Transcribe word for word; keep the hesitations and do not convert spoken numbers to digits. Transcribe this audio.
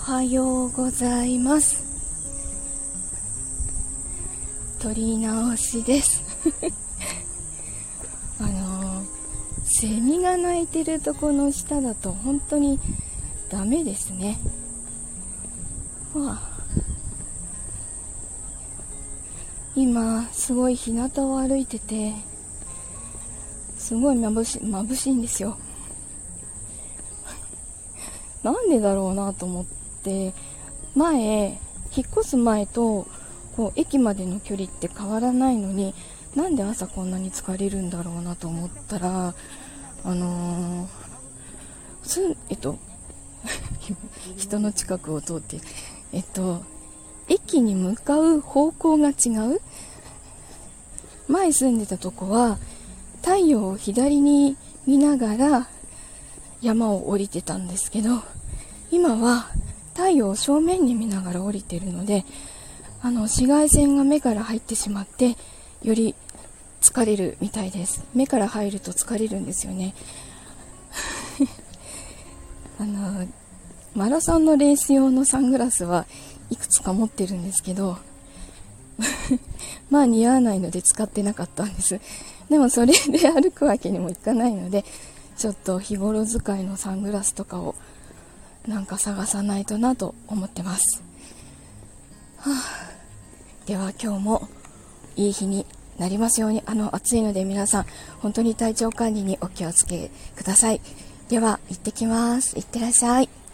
はようございます。撮り直しですあのー、セミが鳴いてるとこの下だと本当にダメですね。わあ、今すごい日向を歩いてて、すごい眩しい、眩しいんですよなんでだろうなと思って、前引っ越す前とこう駅までの距離って変わらないのに、なんで朝こんなに疲れるんだろうなと思ったら、あのー、すえっと人の近くを通ってえっと駅に向かう方向が違う。前住んでたとこは太陽を左に見ながら山を降りてたんですけど、今は太陽を正面に見ながら降りてるので、あの紫外線が目から入ってしまってより疲れるみたいです。目から入ると疲れるんですよねあのマラソンのレース用のサングラスはいくつか持ってるんですけどまあ似合わないので使ってなかったんです。でもそれで歩くわけにもいかないので、ちょっと日頃使いのサングラスとかをなんか探さないとなと思ってます、はあ、では今日もいい日になりますように。あの暑いので皆さん本当に体調管理にお気をつけください。では行ってきます。いってらっしゃい。